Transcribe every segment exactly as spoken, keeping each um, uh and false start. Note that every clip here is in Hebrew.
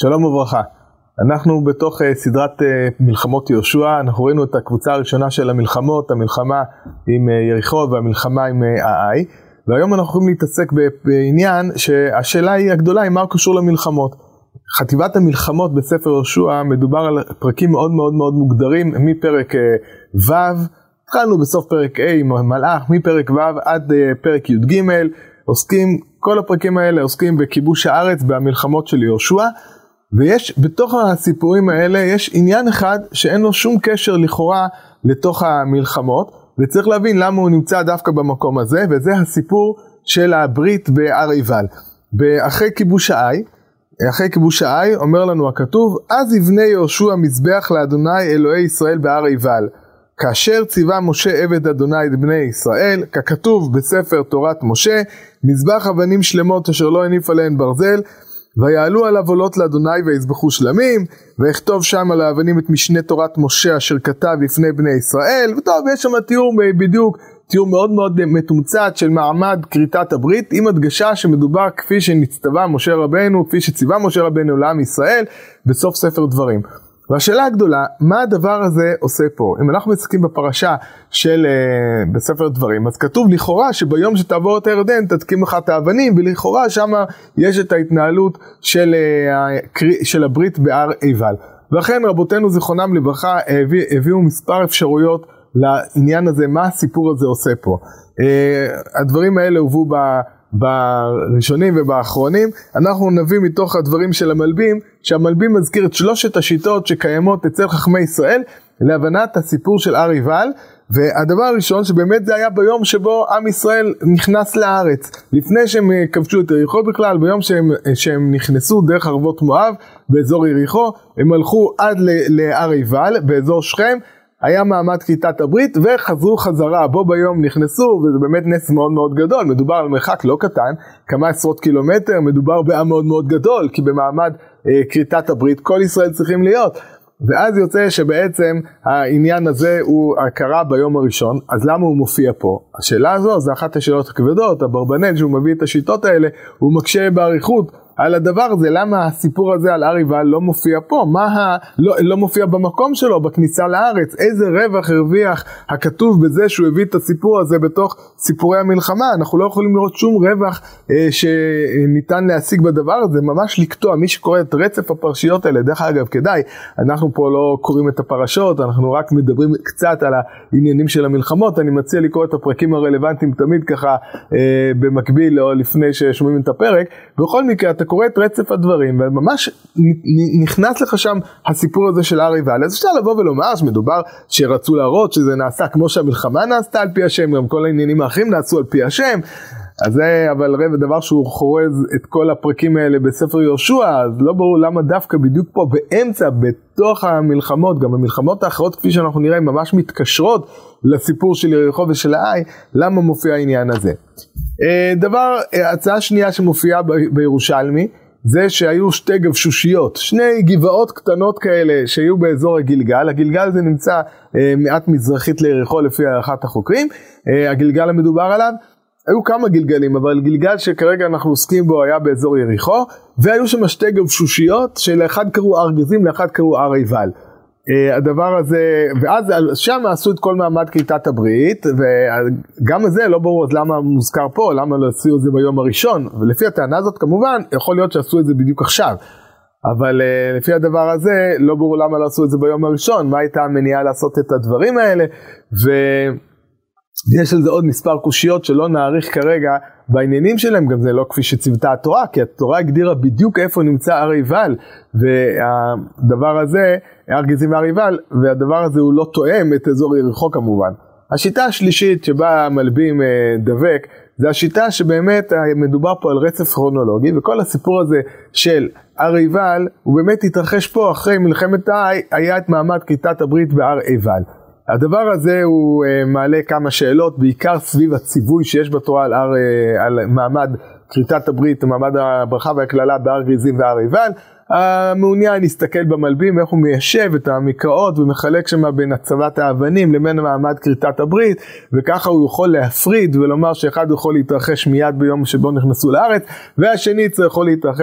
שלום וברכה. אנחנו בתוך uh, סדרת uh, מלחמות יהושע, אנחנו ראינו את הקבוצה הראשונה של המלחמות, המלחמה עם uh, יריחו והמלחמה עם uh, איי, והיום אנחנו יכולים להתעסק בעניין שהשאלה היא הגדולה, היא מה קשור למלחמות. חטיבת המלחמות בספר יהושע מדובר על פרקים מאוד מאוד מאוד מוגדרים, מפרק uh, ו', התחלנו בסוף פרק A עם המלאך, מפרק ו' עד uh, פרק י"ג, עוסקים, כל הפרקים האלה עוסקים בכיבוש הארץ, במלחמות של יהושע, ויש, בתוך הסיפורים האלה, יש עניין אחד שאין לו שום קשר לכאורה לתוך המלחמות, וצריך להבין למה הוא נמצא דווקא במקום הזה, וזה הסיפור של הברית בהר עיבל. אחרי כיבוש האי, אחרי כיבוש האי, אומר לנו הכתוב, אז יבנה יהושע מזבח לאדוני אלוהי ישראל בהר עיבל, כאשר ציווה משה עבד אדוני את בני ישראל, ככתוב בספר תורת משה, מזבח אבנים שלמות אשר לא הניף עליהן ברזל, ויעלו עליו עולות לאדוני ויזבחו שלמים, ויכתוב שם על האבנים את משנה תורת משה אשר כתב לפני בני ישראל, וטוב, יש שם תיאור בדיוק, תיאור מאוד מאוד מתומצת של מעמד כריתת הברית, עם הדגשה שמדובר כפי שנצטווה משה רבנו, כפי שציווה משה רבנו לעם ישראל, בסוף ספר דברים. והשאלה הגדולה, מה הדבר הזה עושה פה? אם אנחנו מסתכלים בפרשה של uh, בספר דברים, אז כתוב לכאורה שביום שתעבור את הירדן תתקים לך את האבנים, ולכאורה שם יש את ההתנהלות של, uh, של הברית בהר עיבל. ולכן רבותינו זיכרונם לברכה הביא, הביאו מספר אפשרויות לעניין הזה, מה הסיפור הזה עושה פה. Uh, הדברים האלה הובאו ב... בראשונים ובאחרונים, אנחנו נביא מתוך הדברים של המלבים, שהמלבים מזכיר את שלושת השיטות שקיימות אצל חכמי ישראל, להבנת הסיפור של הר עיבל, והדבר הראשון שבאמת זה היה ביום שבו עם ישראל נכנס לארץ, לפני שהם כבשו את יריחו בכלל, ביום שהם, שהם נכנסו דרך ערבות מואב, באזור יריחו, הם הלכו עד להר עיבל, באזור שכם, היה מעמד כריתת הברית וחזרו חזרה, בו ביום נכנסו, וזה באמת נס מאוד מאוד גדול, מדובר על מרחק לא קטן, כמה עשרות קילומטר, מדובר בעם מאוד מאוד גדול, כי במעמד אה, כריתת הברית כל ישראל צריכים להיות, ואז יוצא שבעצם העניין הזה הוא קרה ביום הראשון, אז למה הוא מופיע פה? השאלה הזו, זה אחת השאלות הכבדות, הברבנל שהוא מביא את השיטות האלה, הוא מקשה בעריכות, על הדבר הזה, למה הסיפור הזה על הר עיבל לא מופיע פה? מה ה... לא, לא מופיע במקום שלו, בכניסה לארץ? איזה רווח הרוויח הכתוב בזה שהוא הביא את הסיפור הזה בתוך סיפורי המלחמה? אנחנו לא יכולים לראות שום רווח אה, שניתן להשיג בדבר הזה, ממש לקטוע. מי שקורא את רצף הפרשיות האלה, דרך אגב, כדאי, אנחנו פה לא קוראים את הפרשות, אנחנו רק מדברים קצת על העניינים של המלחמות, אני מציע לקרוא את הפרקים הרלוונטיים תמיד ככה אה, במקביל או לפני ששומעים את הפרק. בכל מקרה, אתה קורא את רצף הדברים, וממש נכנס לך שם הסיפור הזה של הר עיבל. אז אפשר לבוא ולומר שמדובר שרצו להראות שזה נעשה כמו שהמלחמה נעשתה על פי השם, גם כל העניינים האחרים נעשו על פי השם, אז זה אבל רב דבר שהוא חורז את כל הפרקים האלה בספר יהושע, אז לא ברור למה דווקא בדיוק פה באמצע, בתוך המלחמות, גם המלחמות האחרות כפי שאנחנו נראה ממש מתקשרות לסיפור של יריחו ושל האי, למה מופיע העניין הזה. דבר, הצעה שנייה שמופיעה בירושלמי, זה שהיו שתי גבשושיות, שני גבעות קטנות כאלה שהיו באזור הגלגל, הגלגל זה נמצא מעט מזרחית ליריחו לפי הערכת החוקרים, הגלגל המדובר עליו, היו כמה גלגלים, אבל גלגל שכרגע אנחנו עוסקים בו היה באזור יריחו, והיו שם שתי גבשושיות שלאחד קראו הר גזים, לאחד קראו הר עיבל. Uh, הדבר הזה, ואז שם עשו את כל מעמד כריתת הברית, וגם זה לא ברור אז למה מוזכר פה, למה לא עשו את זה ביום הראשון, ולפי הטענה הזאת כמובן, יכול להיות שעשו את זה בדיוק עכשיו, אבל uh, לפי הדבר הזה, לא ברור למה לא עשו את זה ביום הראשון, מה הייתה המניעה לעשות את הדברים האלה, ויש על זה עוד מספר קושיות שלא נעריך כרגע בעניינים שלהם, גם זה לא כפי שציוותה התורה, כי התורה הגדירה בדיוק איפה נמצא הר עיבל, והדבר הזה, הר גזים והר עיבל, והדבר הזה הוא לא תואם את אזור יריחו כמובן. השיטה השלישית שבה מלבים דבק, זה השיטה שבאמת מדובר פה על רצף כרונולוגי, וכל הסיפור הזה של הר עיבל, הוא באמת התרחש פה אחרי מלחמת האי, היה את מעמד כריתת הברית בהר עיבל. הדבר הזה הוא uh, מעלה כמה שאלות, בעיקר סביב הציווי שיש בתורה על, הר, uh, על מעמד כריתת הברית, מעמד הברכה והכללה בהר גזים והר עיבל. המעוניין להסתכל במלבים, איך הוא מיישב את המקראות ומחלק שמה בין הצבת האבנים לבין מעמד כריתת הברית, וככה הוא יכול להפריד ולומר שאחד יכול להתרחש מיד ביום שבו נכנסו לארץ, והשני יכול להתרחש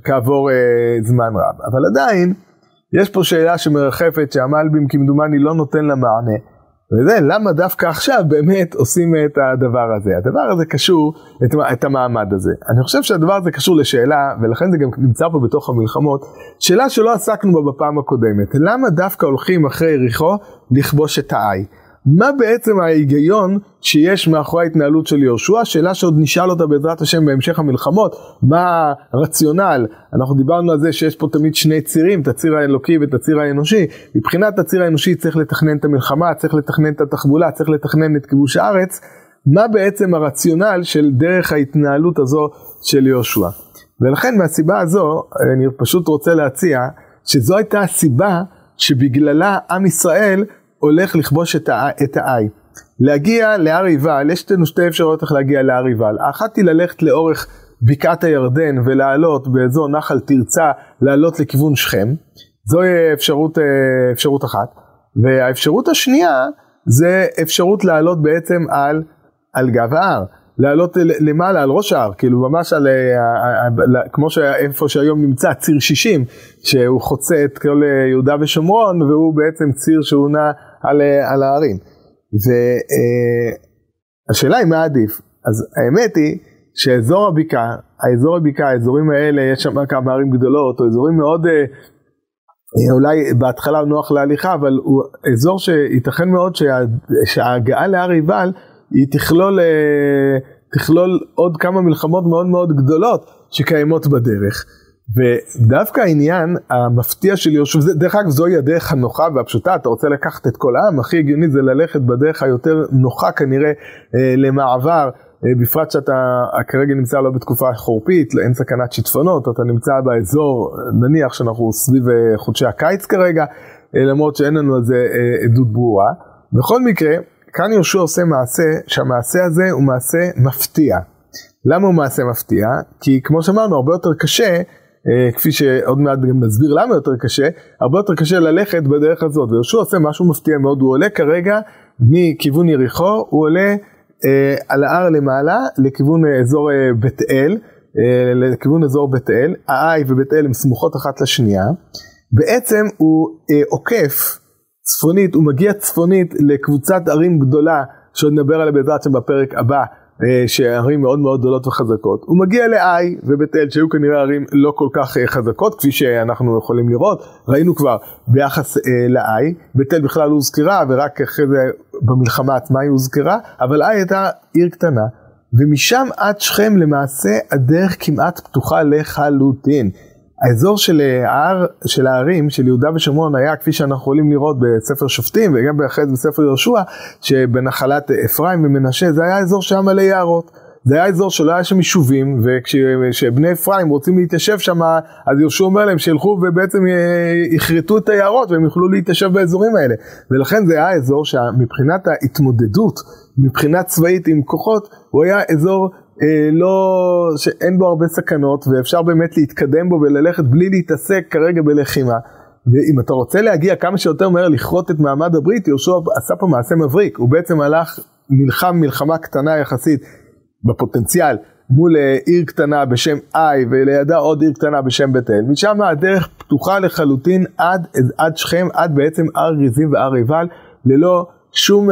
כעבור uh, זמן רב. אבל עדיין, יש פה שאלה שמרחפת שהמלבים כמדומני לא נותן לה מענה. וזה למה דווקא עכשיו באמת עושים את הדבר הזה. הדבר הזה קשור את, את המעמד הזה. אני חושב שהדבר הזה קשור לשאלה, ולכן זה גם נמצא פה בתוך המלחמות, שאלה שלא עסקנו בה בפעם הקודמת. למה דווקא הולכים אחרי יריחו לכבוש את האי? מה בעצם ההיגיון שיש מאחורי ההתנהלות של יהושע? שאלה שעוד נשאל אותה בעזרת השם בהמשך המלחמות. מה הרציונל? אנחנו דיברנו על זה שיש פה תמיד שני צירים, את הציר האלוקי ואת הציר האנושי. מבחינת הציר האנושי צריך לתכנן את המלחמה, צריך לתכנן את התחבולה, צריך לתכנן את כיבוש הארץ. מה בעצם הרציונל של דרך ההתנהלות הזו של יהושע? ולכן מהסיבה הזו, אני פשוט רוצה להציע שזו הייתה הסיבה שבגללה עם ישראל הולך לכבוש את האי. להגיע להר עיבל, יש לנו שתי אפשרויות איך להגיע להר עיבל. האחת היא ללכת לאורך בקעת הירדן ולעלות באזור נחל תרצה, לעלות לכיוון שכם. זו אפשרות, אפשרות אחת. והאפשרות השנייה זה אפשרות לעלות בעצם על, על גב ההר. לעלות למעלה על ראש ההר, כאילו ממש על, כמו שאיפה שהיום נמצא ציר שישים, שהוא חוצה את כל יהודה ושומרון, והוא בעצם ציר שהוא נע על, על הערים. והשאלה היא מה עדיף. אז האמת היא שאזור הבקעה, האזור הבקעה, האזורים האלה, יש שם כמה ערים גדולות, או אזורים מאוד, אולי בהתחלה נוח להליכה, אבל הוא אזור שייתכן מאוד שה, שההגעה להר עיבל, היא תכלול, תכלול עוד כמה מלחמות מאוד מאוד גדולות שקיימות בדרך. ודווקא העניין המפתיע של יהושע, דרך אגב זוהי הדרך הנוחה והפשוטה, אתה רוצה לקחת את כל העם, הכי הגיוני זה ללכת בדרך היותר נוחה כנראה למעבר, בפרט שאתה כרגע נמצא לא בתקופה חורפית, אין סכנת שיטפונות, אתה נמצא באזור, נניח שאנחנו סביב חודשי הקיץ כרגע, למרות שאין לנו על זה עדות ברורה. בכל מקרה, כאן יהושע עושה מעשה, שהמעשה הזה הוא מעשה מפתיע. למה הוא מעשה מפתיע? כי כמו שאמרנו, הרבה יותר קשה, כפי שעוד מעט גם נסביר למה יותר קשה, הרבה יותר קשה ללכת בדרך הזאת. ויהושע עושה משהו מפתיע מאוד, הוא עולה כרגע מכיוון יריחו, הוא עולה אה, על ההר למעלה, לכיוון אזור אה, בית אל, אה, לכיוון אזור בית אל, האי ובית אל הם סמוכות אחת לשנייה, בעצם הוא אה, עוקף, צפונית, הוא מגיע צפונית לקבוצת ערים גדולה, שעוד נדבר עליה בעזרת שם בפרק הבא, שערים מאוד מאוד גדולות וחזקות. הוא מגיע לאי ובית אל, שהיו כנראה ערים לא כל כך חזקות, כפי שאנחנו יכולים לראות, ראינו כבר ביחס לאי, בית אל בכלל הוזכרה, ורק אחרי זה במלחמה עצמה היא הוזכרה, אבל אי הייתה עיר קטנה, ומשם עד שכם למעשה הדרך כמעט פתוחה לחלוטין. האזור של הער, של הערים, של יהודה ושומרון היה, כפי שאנחנו יכולים לראות בספר שופטים, וגם באחד בספר יהושע, שבנחלת אפרים ומנשה, זה היה אזור שהיה מלא יערות. זה היה אזור שלא היה שם יישובים, וכשבני אפרים רוצים להתיישב שם, אז יהושע אומר להם שילכו ובעצם יחרטו את היערות, והם יוכלו להתיישב באזורים האלה. ולכן זה היה אזור שמבחינת ההתמודדות, מבחינת צבאית עם כוחות, הוא היה אזור לא, שאין בו הרבה סכנות, ואפשר באמת להתקדם בו וללכת בלי להתעסק כרגע בלחימה. ואם אתה רוצה להגיע כמה שיותר מהר לכרות את מעמד הברית, יהושע עשה פה מעשה מבריק, הוא בעצם הלך מלחם מלחמה קטנה יחסית בפוטנציאל, מול עיר קטנה בשם אי, ולידה עוד עיר קטנה בשם בית אל. משם הדרך פתוחה לחלוטין עד, עד שכם, עד בעצם הר גריזים והר עיבל, ללא שום...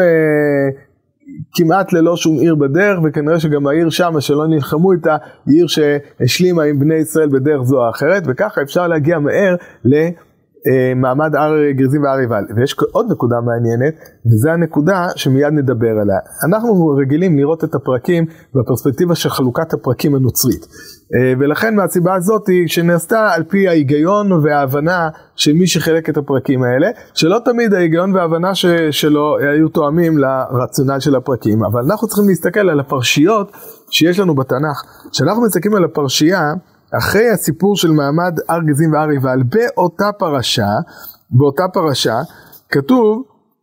כמעט ללא שום עיר בדרך, וכנראה שגם העיר שם שלא נלחמו איתה, היא עיר שהשלימה עם בני ישראל בדרך זו או אחרת, וככה אפשר להגיע מהר למעמד הר גריזים והר עיבל. ויש עוד נקודה מעניינת, וזו הנקודה שמיד נדבר עליה. אנחנו רגילים לראות את הפרקים בפרספקטיבה של חלוקת הפרקים הנוצרית. ולכן מהסיבה הזאת שנעשתה על פי ההיגיון וההבנה של מי שחלק את הפרקים האלה, שלא תמיד ההיגיון וההבנה ש- שלו היו תואמים לרציונל של הפרקים, אבל אנחנו צריכים להסתכל על הפרשיות שיש לנו בתנ"ך. כשאנחנו מסתכלים על הפרשייה, אחרי הסיפור של מעמד הר גריזים והר עיבל, באותה פרשה, באותה פרשה, כתוב,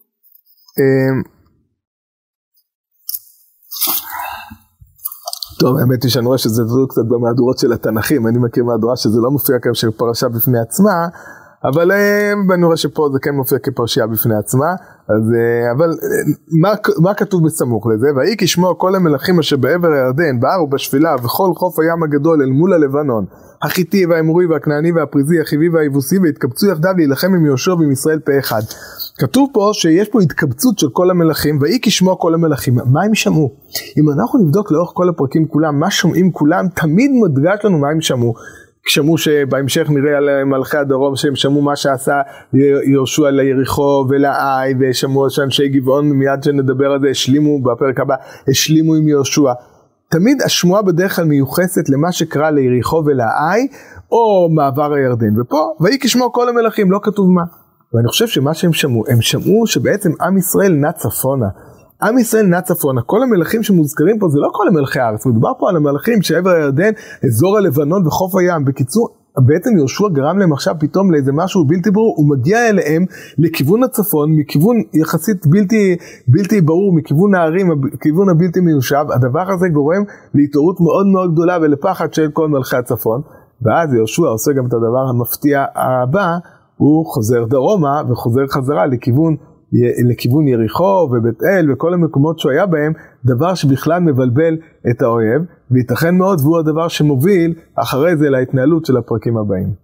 טוב, האמת היא שאני רואה שזה זו קצת במהדורות של התנ"כים, אני מכיר מהדורה שזה לא מופיע כאן של פרשה בפני עצמה, אבל אני רואה שפה זה כן מופיע כפרשייה בפני עצמה, אז, אבל מה, מה כתוב בסמוך לזה? ויהי כשמוע כל המלכים אשר בעבר הירדן, בהר ובשפלה וכל חוף הים הגדול אל מול הלבנון, החיתי והאמורי והכנעני והפריזי, החיבי והיבוסי, והתקבצו יחדיו להילחם עם יהושע ועם ישראל פה אחד. כתוב פה שיש פה התקבצות של כל המלכים, ויהי כשמוע כל המלכים. מה הם שמעו? אם אנחנו נבדוק לאורך כל הפרקים כולם, מה שומעים כולם, תמיד מדגש לנו מה הם שמעו. שמעו שבהמשך נראה על מלכי הדרום שהם שמעו מה שעשה יהושע ליריחו ולאי, ושמעו שאנשי גבעון, מיד שנדבר על זה, השלימו בפרק הבא, השלימו עם יהושע. תמיד השמועה בדרך כלל מיוחסת למה שקרה ליריחו ולאי, או מעבר הירדן. ופה, ויהי כשמוע כל המלכים, לא כתוב מה. ואני חושב שמה שהם שמעו, הם שמעו שבעצם עם ישראל נע צפונה. עם ישראל נע צפונה. כל המלכים שמוזכרים פה זה לא כל המלכי הארץ, מדובר פה על המלכים שעבר הירדן, אזור הלבנון וחוף הים. בקיצור, בעצם יהושע גרם להם עכשיו פתאום לאיזה משהו בלתי ברור, הוא מגיע אליהם לכיוון הצפון, מכיוון יחסית בלתי, בלתי ברור, מכיוון הערים, מכיוון הבלתי מיושב. הדבר הזה גורם להתעוררות מאוד מאוד גדולה ולפחד של כל מלכי הצפון, ואז יהושע עושה גם את הדבר המפתיע הבא, הוא חוזר דרומה וחוזר חזרה לכיוון, לכיוון יריחו ובית אל וכל המקומות שהוא היה בהם, דבר שבכלל מבלבל את האויב, וייתכן מאוד והוא הדבר שמוביל אחרי זה להתנהלות של הפרקים הבאים.